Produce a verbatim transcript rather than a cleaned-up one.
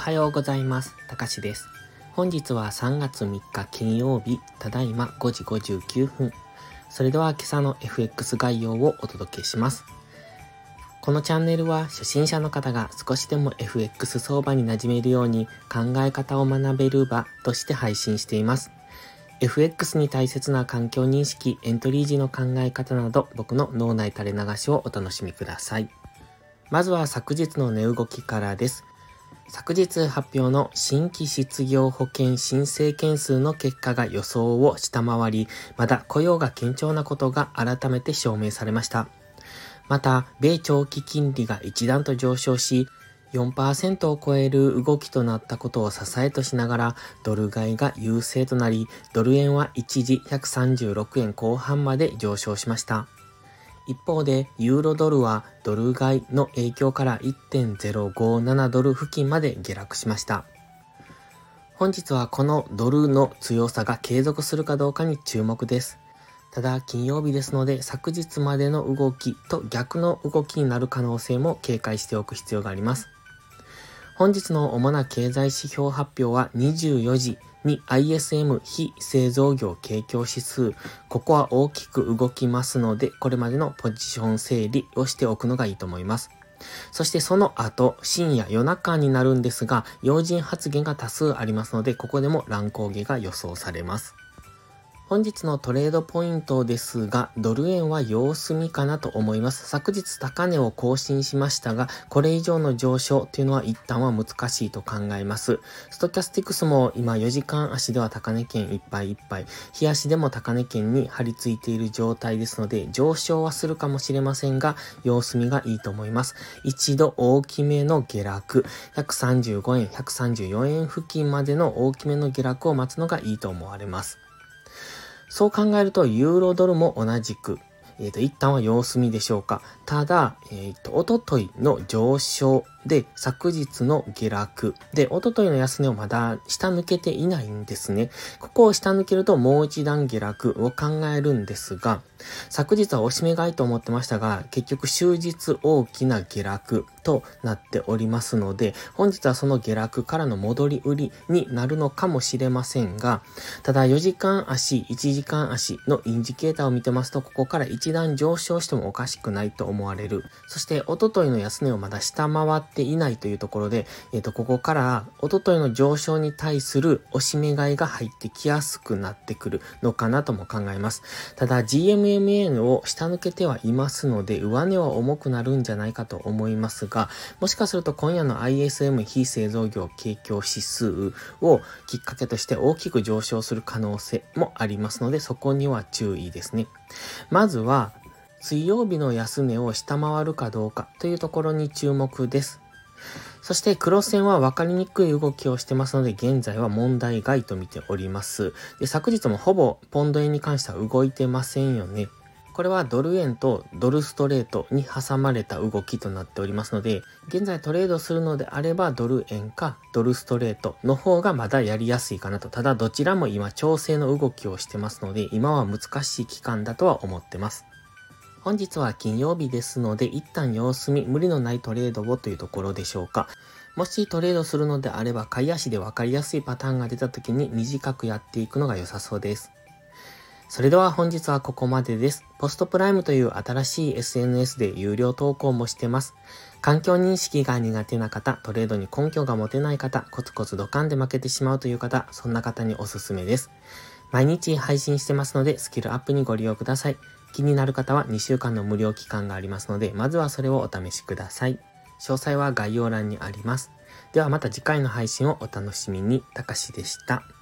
はようございます。たかしです。本日はさんがつみっか金曜日、ただいまごじごじゅうきゅうふん。それでは今朝の エフエックス 概要をお届けします。このチャンネルは初心者の方が少しでも エフエックス 相場に馴染めるように考え方を学べる場として配信しています。エフエックス に大切な環境認識、エントリー時の考え方など僕の脳内垂れ流しをお楽しみください。まずは昨日の値動きからです。昨日発表の新規失業保険申請件数の結果が予想を下回り、まだ雇用が堅調なことが改めて証明されました。また、米長期金利が一段と上昇し、よんパーセント を超える動きとなったことを支えとしながら、ドル買いが優勢となり、ドル円は一時ひゃくさんじゅうろくえんこう半まで上昇しました。一方で、ユーロドルはドル買いの影響から いってんゼロごなな ドル付近まで下落しました。本日はこのドルの強さが継続するかどうかに注目です。ただ、金曜日ですので、昨日までの動きと逆の動きになる可能性も警戒しておく必要があります。本日の主な経済指標発表はにじゅうよじに アイエスエム 非製造業景況指数。ここは大きく動きますので、これまでのポジション整理をしておくのがいいと思います。そしてその後、深夜夜中になるんですが、要人発言が多数ありますので、ここでも乱高下が予想されます。本日のトレードポイントですが、ドル円は様子見かなと思います。昨日高値を更新しましたが、これ以上の上昇というのは一旦は難しいと考えます。ストキャスティクスも今よじかん足では高値圏いっぱいいっぱい、日足でも高値圏に張り付いている状態ですので、上昇はするかもしれませんが、様子見がいいと思います。一度大きめの下落、ひゃくさんじゅうごえん、ひゃくさんじゅうよえん付近までの大きめの下落を待つのがいいと思われます。そう考えると、ユーロドルも同じく、えっと、一旦は様子見でしょうか。ただ、えっと、おとといの上昇で、昨日の下落で、おとといの安値をまだ下抜けていないんですね。ここを下抜けるともう一段下落を考えるんですが、昨日はおしめ買いと思ってましたが、結局終日大きな下落となっておりますので、本日はその下落からの戻り売りになるのかもしれませんが、ただよじかん足、いちじかん足のインジケーターを見てますと、ここから一段上昇してもおかしくないと思われる。そして、おとといの安値をまだ下回っていないというところで、えっと、ここから、おとといの上昇に対する押し目買いが入ってきやすくなってくるのかなとも考えます。ただ、ジーエムエムエー を下抜けてはいますので、上値は重くなるんじゃないかと思いますが、もしかすると今夜の アイエスエム 非製造業景況指数をきっかけとして大きく上昇する可能性もありますので、そこには注意ですね。まずは、水曜日の安値を下回るかどうかというところに注目です。そして黒線は分かりにくい動きをしてますので、現在は問題外と見ております。で、昨日もほぼポンド円に関しては動いてませんよね。これはドル円とドルストレートに挟まれた動きとなっておりますので、現在トレードするのであればドル円かドルストレートの方がまだやりやすいかなと。ただどちらも今調整の動きをしてますので、今は難しい期間だとは思ってます。本日は金曜日ですので、一旦様子見、無理のないトレードをというところでしょうか。もしトレードするのであれば、買い足で分かりやすいパターンが出た時に短くやっていくのが良さそうです。それでは本日はここまでです。ポストプライムという新しい エスエヌエス で有料投稿もしてます。環境認識が苦手な方、トレードに根拠が持てない方、コツコツドカンで負けてしまうという方、そんな方におすすめです。毎日配信してますので、スキルアップにご利用ください。気になる方はにしゅうかんの無料期間がありますので、まずはそれをお試しください。詳細は概要欄にあります。ではまた次回の配信をお楽しみに。たかしでした。